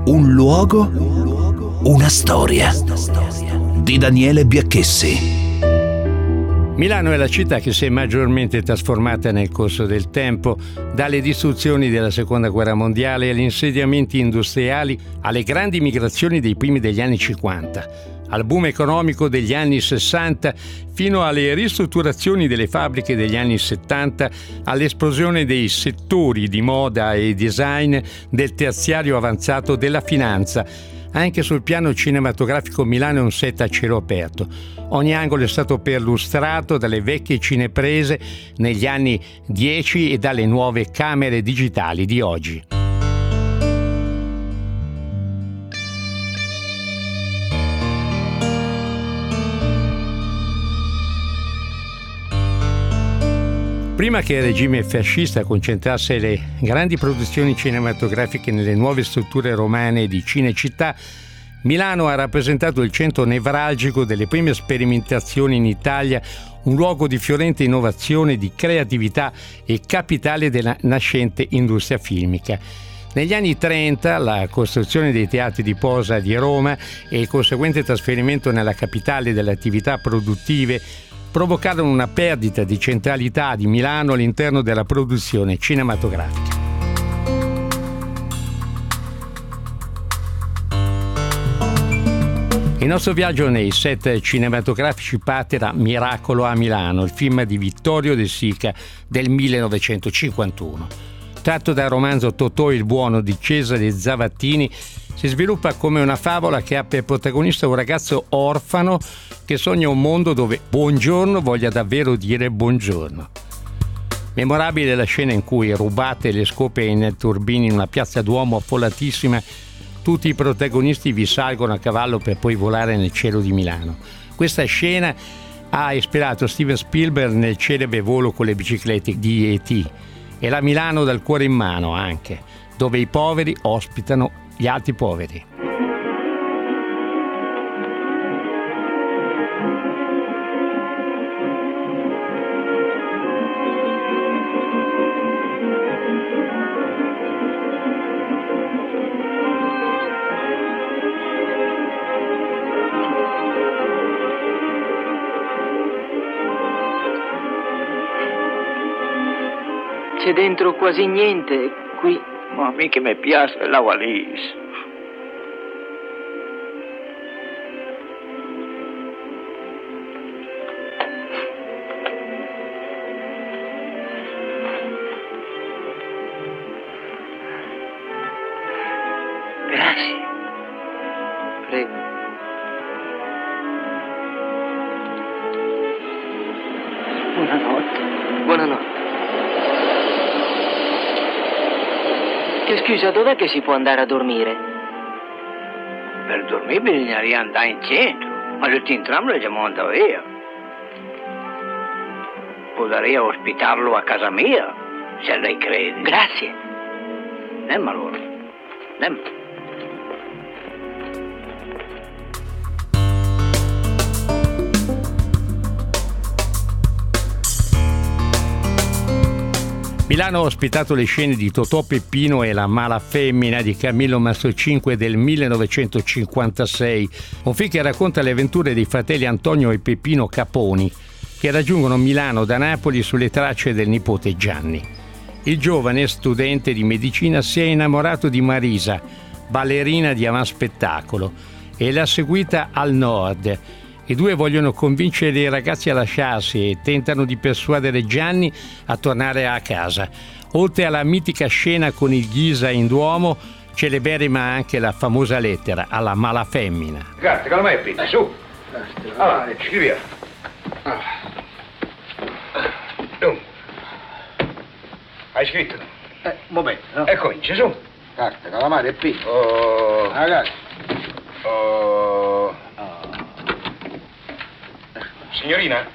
Un luogo, una storia di Daniele Biacchessi. Milano è la città che si è maggiormente trasformata nel corso del tempo, dalle distruzioni della Seconda Guerra Mondiale agli insediamenti industriali, alle grandi migrazioni dei primi degli anni 50, al boom economico degli anni 60, fino alle ristrutturazioni delle fabbriche degli anni 70, all'esplosione dei settori di moda e design, del terziario avanzato, della finanza. Anche sul piano cinematografico Milano è un set a cielo aperto. Ogni angolo è stato perlustrato dalle vecchie cineprese negli anni 10 e dalle nuove camere digitali di oggi. Prima che il regime fascista concentrasse le grandi produzioni cinematografiche nelle nuove strutture romane di Cinecittà, Milano ha rappresentato il centro nevralgico delle prime sperimentazioni in Italia, un luogo di fiorente innovazione, di creatività e capitale della nascente industria filmica. Negli anni 30 la costruzione dei teatri di posa di Roma e il conseguente trasferimento nella capitale delle attività produttive provocarono una perdita di centralità di Milano all'interno della produzione cinematografica. Il nostro viaggio nei set cinematografici parte da Miracolo a Milano, il film di Vittorio De Sica del 1951. Tratto dal romanzo Totò il Buono di Cesare Zavattini, si sviluppa come una favola che ha per protagonista un ragazzo orfano che sogna un mondo dove buongiorno voglia davvero dire buongiorno. Memorabile è la scena in cui, rubate le scope in turbini in una piazza Duomo affollatissima, tutti i protagonisti vi salgono a cavallo per poi volare nel cielo di Milano. Questa scena ha ispirato Steven Spielberg nel celebre Volo con le biciclette di E.T. e la Milano dal cuore in mano anche, dove i poveri ospitano gli altri poveri. C'è dentro quasi niente qui. Ma mica mi piace la valise. Grazie. Prego. Buonanotte. Buonanotte. Scusa, dov'è che si può andare a dormire? Per dormire bisognerebbe andare in centro, ma tutti entrambi le siamo andati via. Potrei ospitarlo a casa mia, se lei crede. Grazie. Andiamo allora. Andiamo. Milano ha ospitato le scene di Totò, Peppino e la mala femmina di Camillo Mastrocinque del 1956, un film che racconta le avventure dei fratelli Antonio e Peppino Caponi, che raggiungono Milano da Napoli sulle tracce del nipote Gianni. Il giovane studente di medicina si è innamorato di Marisa, ballerina di avanspettacolo, e l'ha seguita al nord. I due vogliono convincere i ragazzi a lasciarsi e tentano di persuadere Gianni a tornare a casa. Oltre alla mitica scena con il Ghisa in Duomo, celeberrima anche la famosa lettera alla mala femmina. Carta, calma e pinta, su. Allora, scriviamo. Hai scritto? Un momento, no? E comincia, su. Carta, calamare e pinta. Oh. Ragazzi. Oh. Signorina?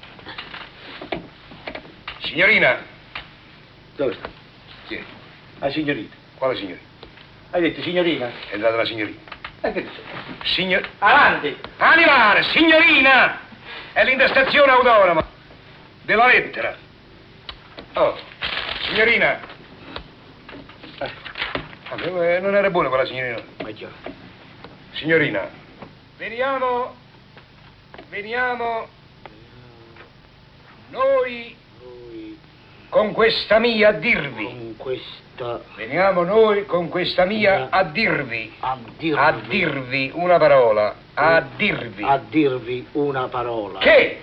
Signorina? Dove sta? Chi è? La signorina. Quale signorina? Hai detto signorina? È andata la signorina. E che dice? Signor... Avanti! Animale, signorina! È l'intestazione autonoma della lettera. Oh, signorina. Non era buono quella signorina. Ma già. Signorina, veniamo. Noi con questa mia a dirvi. Con questa... Veniamo noi con questa mia a dirvi. A dirvi una parola. A dirvi. A dirvi una parola. Che?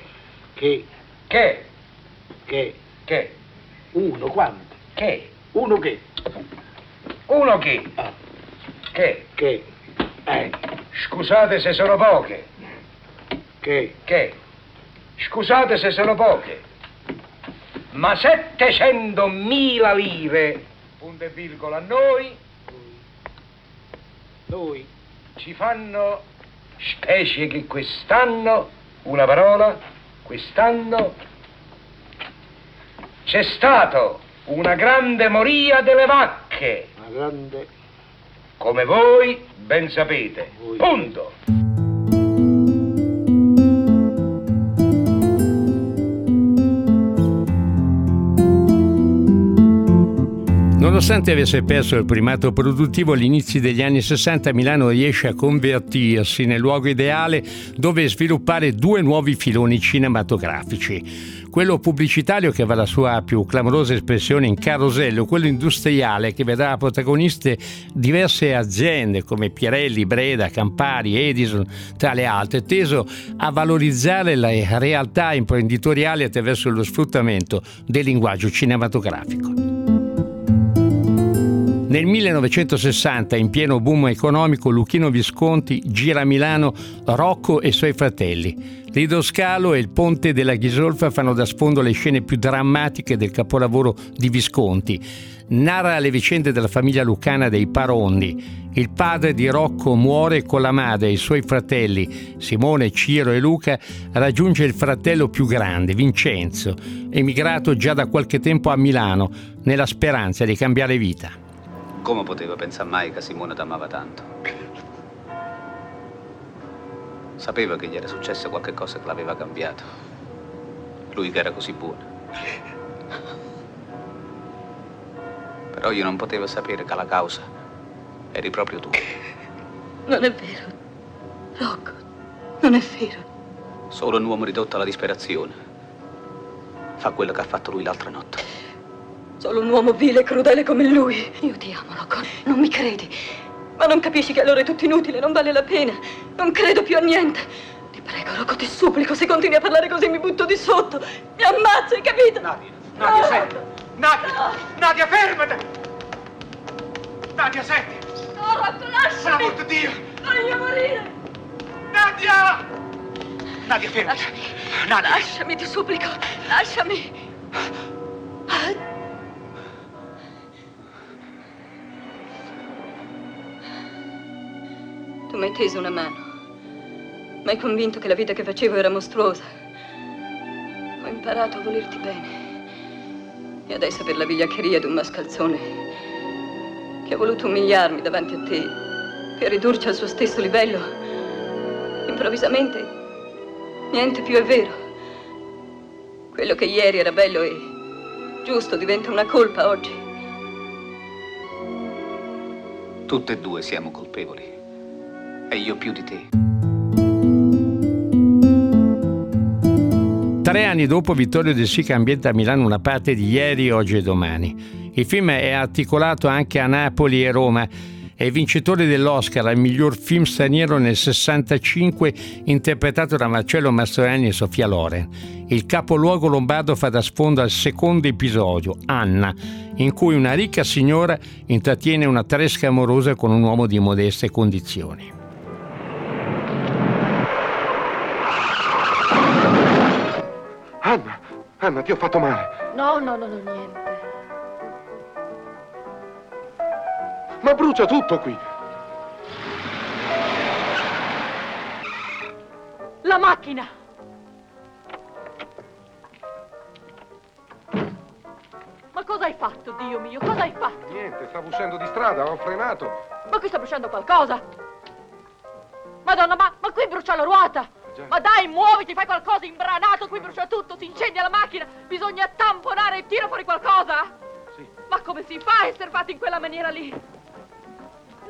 Uno, quanto? Che? Uno che? Uno chi? Ah. Che? Scusate se sono poche. Che? Scusate se sono poche. Ma 700.000 lire, punto e virgola, noi ci fanno specie che quest'anno, una parola, quest'anno c'è stato una grande moria delle vacche. Una grande... Come voi ben sapete. Punto. Nonostante avesse perso il primato produttivo, agli inizi degli anni 60 Milano riesce a convertirsi nel luogo ideale dove sviluppare due nuovi filoni cinematografici. Quello pubblicitario, che va la sua più clamorosa espressione in Carosello, quello industriale, che vedrà protagoniste diverse aziende come Pirelli, Breda, Campari, Edison, tra le altre, teso a valorizzare le realtà imprenditoriali attraverso lo sfruttamento del linguaggio cinematografico. Nel 1960, in pieno boom economico, Luchino Visconti gira a Milano Rocco e i suoi fratelli. Lido Scalo e il Ponte della Ghisolfa fanno da sfondo le scene più drammatiche del capolavoro di Visconti. Narra le vicende della famiglia lucana dei Parondi. Il padre di Rocco muore con la madre e i suoi fratelli, Simone, Ciro e Luca, raggiunge il fratello più grande, Vincenzo, emigrato già da qualche tempo a Milano, nella speranza di cambiare vita. Come poteva pensare mai che Simone t'amava tanto? Sapeva che gli era successo qualche cosa che l'aveva cambiato. Lui che era così buono. Però io non potevo sapere che la causa eri proprio tu. Non è vero, Rocco, non è vero. Solo un uomo ridotto alla disperazione fa quello che ha fatto lui l'altra notte. Solo un uomo vile e crudele come lui. Io ti amo, Rocco, non mi credi. Ma non capisci che allora è tutto inutile, non vale la pena. Non credo più a niente. Ti prego, Rocco, ti supplico, se continui a parlare così mi butto di sotto. Mi ammazzo, hai capito? Nadia, senti. Nadia, fermati. Nadia, senti. No, Rocco, lasciami. Per l'amor di Dio. Voglio morire. Nadia, fermati. Lasciami. Nadia. Lasciami, ti supplico. Lasciami. Tu mi hai teso una mano. Mi hai convinto che la vita che facevo era mostruosa. Ho imparato a volerti bene. E adesso per la vigliaccheria di un mascalzone che ha voluto umiliarmi davanti a te per ridurci al suo stesso livello, improvvisamente niente più è vero. Quello che ieri era bello e giusto diventa una colpa oggi. Tutte e due siamo colpevoli. E io più di te. 3 anni dopo, Vittorio De Sica ambienta a Milano una parte di Ieri, Oggi e Domani. Il film è articolato anche a Napoli e Roma. È vincitore dell'Oscar al miglior film straniero nel 65, interpretato da Marcello Mastroianni e Sofia Loren. Il capoluogo lombardo fa da sfondo al secondo episodio, Anna, in cui una ricca signora intrattiene una tresca amorosa con un uomo di modeste condizioni. Anna, ti ho fatto male. No, niente. Ma brucia tutto qui. La macchina! Ma cosa hai fatto, Dio mio? Cosa hai fatto? Niente, stavo uscendo di strada, ho frenato. Ma qui sta bruciando qualcosa? Madonna, ma qui brucia la ruota! Ma dai, muoviti, fai qualcosa, imbranato, qui brucia tutto, si incendia la macchina, bisogna tamponare e tira fuori qualcosa? Sì. Ma come si fa a essere fatti in quella maniera lì?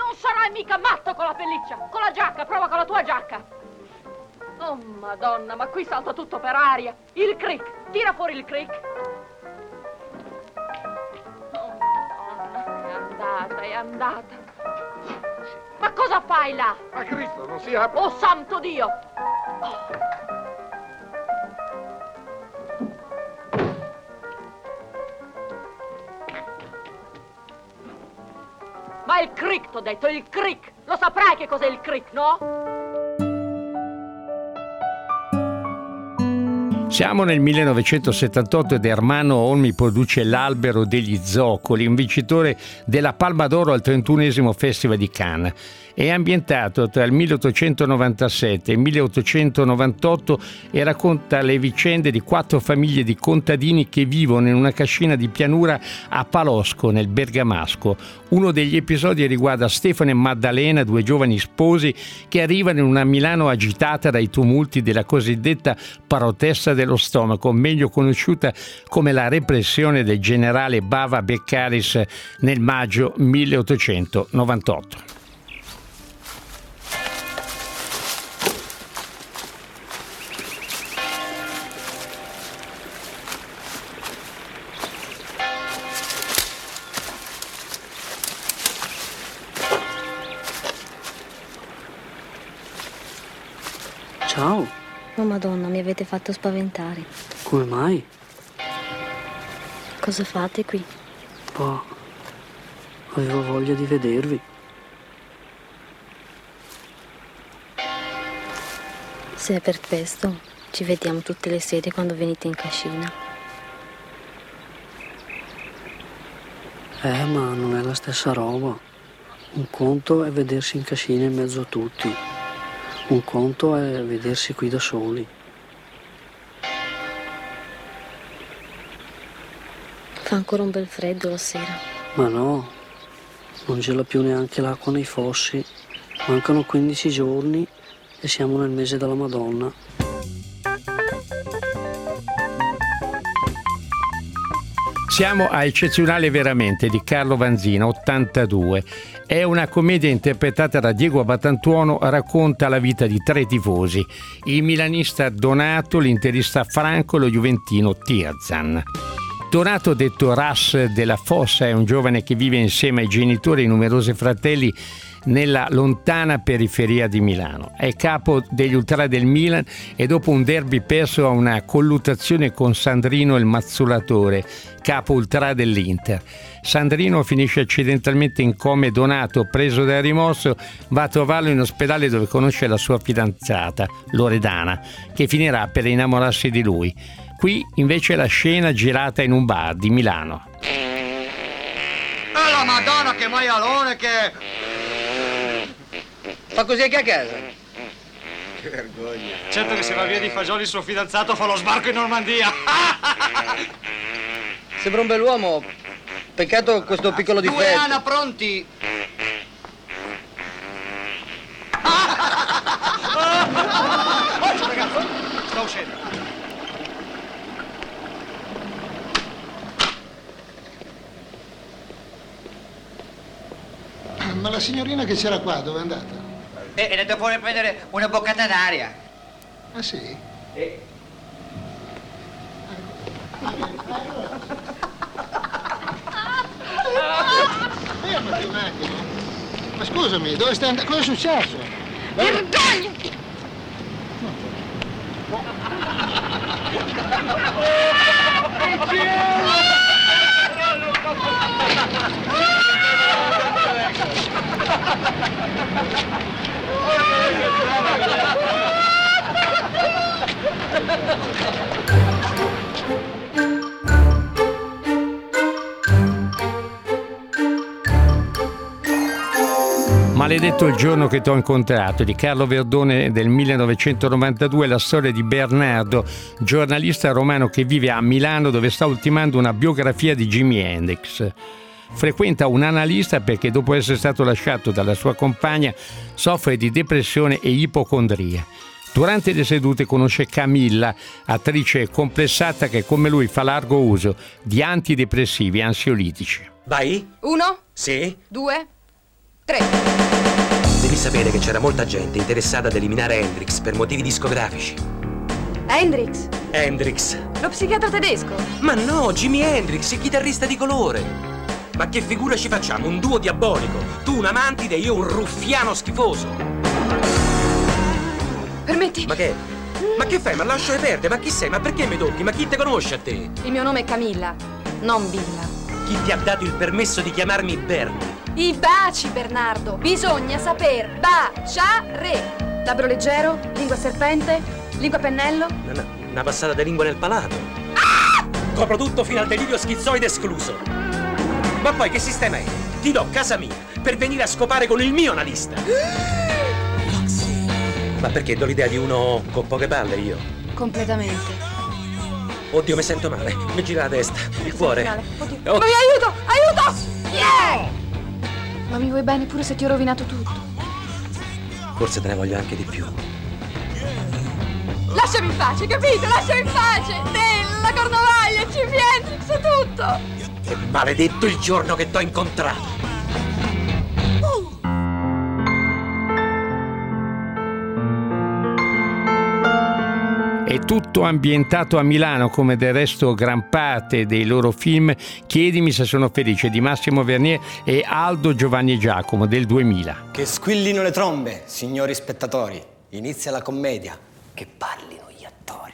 non sarai mica matto con la pelliccia. Con la giacca, prova con la tua giacca. Oh, Madonna, ma qui salta tutto per aria. Il crick, tira fuori il crick. Oh, Madonna, è andata. Ma cosa fai là? A Cristo, non si apre. Oh, santo Dio! Ma il crick, t'ho detto, il crick! Lo saprai che cos'è il crick, no? Siamo nel 1978 ed Ermanno Olmi produce L'Albero degli Zoccoli, un vincitore della Palma d'Oro al 31esimo Festival di Cannes. È ambientato tra il 1897 e il 1898 e racconta le vicende di 4 famiglie di contadini che vivono in una cascina di pianura a Palosco, nel Bergamasco. Uno degli episodi riguarda Stefano e Maddalena, 2 giovani sposi che arrivano in una Milano agitata dai tumulti della cosiddetta protesta dello stomaco, meglio conosciuta come la repressione del generale Bava Beccaris nel maggio 1898. Ciao. Oh Madonna, mi avete fatto spaventare. Come mai? Cosa fate qui? Boh, avevo voglia di vedervi. Se è per questo, ci vediamo tutte le sere quando venite in cascina. Ma non è la stessa roba. Un conto è vedersi in cascina in mezzo a tutti. Un conto è vedersi qui da soli. Fa ancora un bel freddo la sera. Ma no, non gela più neanche l'acqua nei fossi. Mancano 15 giorni e siamo nel mese della Madonna. Siamo a Eccezionale Veramente di Carlo Vanzina, 82. È una commedia interpretata da Diego Abbatantuono, racconta la vita di 3 tifosi: il milanista Donato, l'interista Franco e lo juventino Tirzan. Donato, detto Ras della Fossa, è un giovane che vive insieme ai genitori e ai numerosi fratelli nella lontana periferia di Milano. È capo degli ultra del Milan e dopo un derby perso ha una colluttazione con Sandrino il mazzolatore, capo ultra dell'Inter. Sandrino finisce accidentalmente in coma e Donato, preso dal rimorso, va a trovarlo in ospedale dove conosce la sua fidanzata, Loredana, che finirà per innamorarsi di lui. Qui invece la scena girata in un bar di Milano. La Madonna, che maialone che... Fa così anche a casa. Che vergogna. Certo che se va via di fagioli il suo fidanzato fa lo sbarco in Normandia. Sembra un bell'uomo. Peccato questo piccolo difetto. 2 Ana pronti. Occhio ragazzo, sta uscendo. Ma la signorina che c'era qua, dove è andata? È andata fuori a prendere una boccata d'aria. Ah sì? Fermati un attimo. Ma scusami, dove stai andando? Cosa è successo? Vergognati! Maledetto il giorno che t'ho incontrato, di Carlo Verdone del 1992, la storia di Bernardo, giornalista romano che vive a Milano dove sta ultimando una biografia di Jimi Hendrix. Frequenta un analista perché dopo essere stato lasciato dalla sua compagna soffre di depressione e ipocondria. Durante le sedute conosce Camilla, attrice complessata che come lui fa largo uso di antidepressivi e ansiolitici. Vai? 1, Sì? 2, 3. Devi sapere che c'era molta gente interessata ad eliminare Hendrix per motivi discografici. Hendrix? Hendrix? Lo psichiatra tedesco? Ma no, Jimi Hendrix, il chitarrista di colore. Ma che figura ci facciamo? Un duo diabolico. Tu una mantide e io un ruffiano schifoso. Permetti? Ma che? Ma che fai? Ma lascia perdere. Ma chi sei? Ma perché mi tocchi? Ma chi te conosce a te? Il mio nome è Camilla, non Billa. Chi ti ha dato il permesso di chiamarmi Bernie? I baci, Bernardo. Bisogna saper baciare. Labbro leggero, lingua serpente, lingua pennello. Una passata di lingua nel palato. Ah! Copro tutto fino al delirio schizoide escluso. Ma poi che sistema è? Ti do casa mia per venire a scopare con il mio analista. Ma perché do l'idea di uno con poche palle io? Completamente. Oddio, mi sento male. Mi gira la testa, il cuore. Oddio. Ma aiuto! Aiuto! Yeah! Ma mi vuoi bene pure se ti ho rovinato tutto? Forse te ne voglio anche di più. Lasciami in pace, capito? Lasciami in pace! La cornovaglia, il Hendrix, tutto! È maledetto il giorno che t'ho incontrato! È tutto ambientato a Milano, come del resto gran parte dei loro film. Chiedimi se sono felice, di Massimo Vernier e Aldo, Giovanni e Giacomo, del 2000. Che squillino le trombe, signori spettatori. Inizia la commedia. Che parlino gli attori.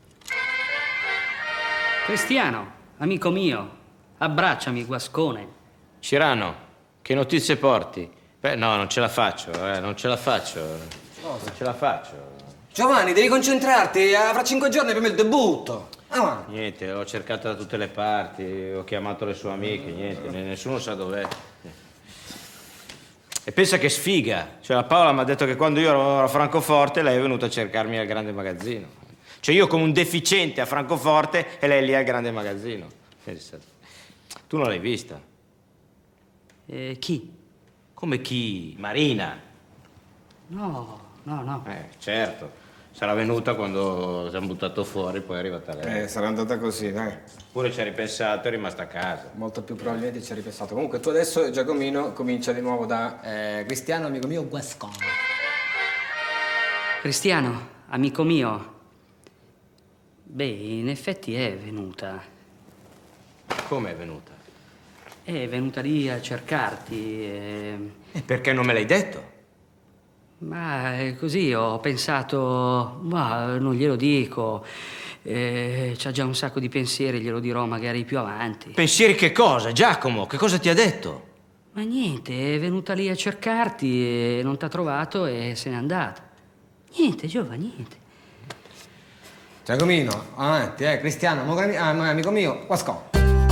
Cristiano, amico mio, abbracciami, guascone. Cirano, che notizie porti? Beh, no, non ce la faccio, non ce la faccio. Cosa? Non ce la faccio. Giovanni, devi concentrarti, fra 5 giorni abbiamo il debutto. Niente, ho cercato da tutte le parti, ho chiamato le sue amiche, niente, nessuno sa dov'è. E pensa che sfiga, cioè la Paola mi ha detto che quando io ero a Francoforte lei è venuta a cercarmi al grande magazzino. Cioè io come un deficiente a Francoforte e lei lì al grande magazzino. Tu non l'hai vista? Chi? Come chi? Marina. No. Certo. Sarà venuta quando ci hanno buttato fuori, poi è arrivata lei. Sarà andata così, dai. Pure ci ha ripensato, è rimasta a casa. Molto più probabilmente ci ha ripensato. Comunque tu adesso, Giacomino, comincia di nuovo da Cristiano, amico mio, guascone. Cristiano, amico mio. Beh, in effetti è venuta. Come è venuta? È venuta lì a cercarti e perché non me l'hai detto? Ma così ho pensato, ma non glielo dico, c'ha già un sacco di pensieri, glielo dirò magari più avanti. Pensieri che cosa? Giacomo, che cosa ti ha detto? Ma niente, è venuta lì a cercarti e non t'ha trovato e se n'è andata. Niente, Giova, niente. Giacomino, avanti, Cristiano, amico mio, guascone.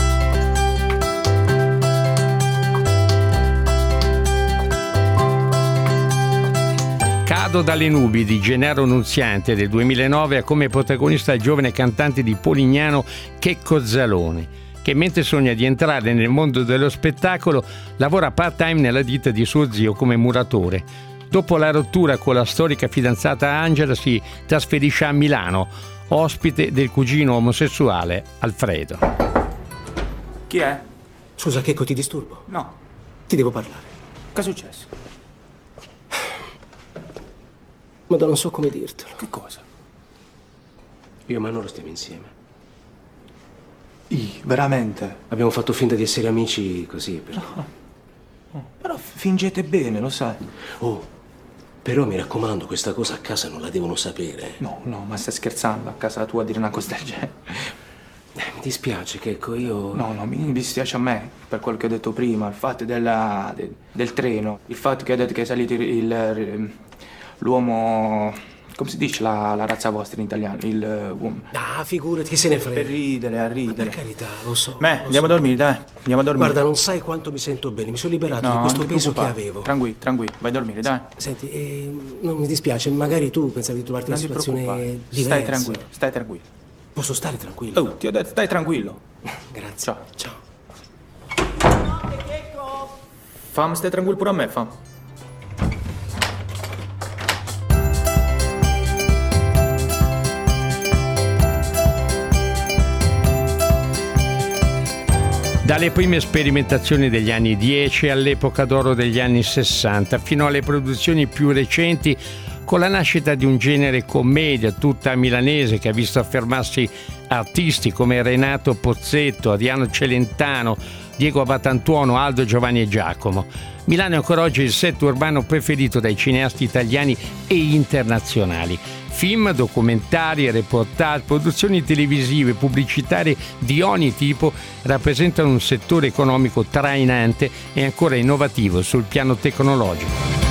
Cado dalle nubi di Gennaro Nunziante del 2009 ha come protagonista il giovane cantante di Polignano Checco Zalone, che mentre sogna di entrare nel mondo dello spettacolo lavora part-time nella ditta di suo zio come muratore. Dopo la rottura con la storica fidanzata Angela si trasferisce a Milano, ospite del cugino omosessuale Alfredo. Chi è? Scusa, Checco, ti disturbo? No. Ti devo parlare. Cosa è successo? Madonna, non so come dirtelo. Che cosa? Io e Manolo stiamo insieme. Veramente? Abbiamo fatto finta di essere amici così, però. Però fingete bene, lo sai. Oh, però mi raccomando, questa cosa a casa non la devono sapere. No, ma stai scherzando a casa tua a dire una cosa del genere? Mi dispiace, Checco, io... No, mi dispiace a me, per quello che ho detto prima, il fatto del treno, il fatto che hai detto che è salito l'uomo, come si dice la razza vostra in italiano? Figurati, che se ne frega. Per ridere, a ridere. Ma per carità, lo so. Andiamo a dormire, dai. Andiamo a dormire. Guarda, non sai quanto mi sento bene. Mi sono liberato di questo peso che avevo. Tranquillo, vai a dormire, dai. Senti, non mi dispiace, magari tu pensavi di trovarti in una situazione diversa. Stai tranquillo. Posso stare tranquillo? Oh, ti ho detto, stai tranquillo. Grazie. Ciao. Fam, stai tranquillo pure a me, Fam. Dalle prime sperimentazioni degli anni 10 all'epoca d'oro degli anni 60, fino alle produzioni più recenti, con la nascita di un genere commedia tutta milanese che ha visto affermarsi artisti come Renato Pozzetto, Adriano Celentano, Diego Abatantuono, Aldo, Giovanni e Giacomo. Milano è ancora oggi il set urbano preferito dai cineasti italiani e internazionali. Film, documentari, reportage, produzioni televisive, pubblicitarie di ogni tipo rappresentano un settore economico trainante e ancora innovativo sul piano tecnologico.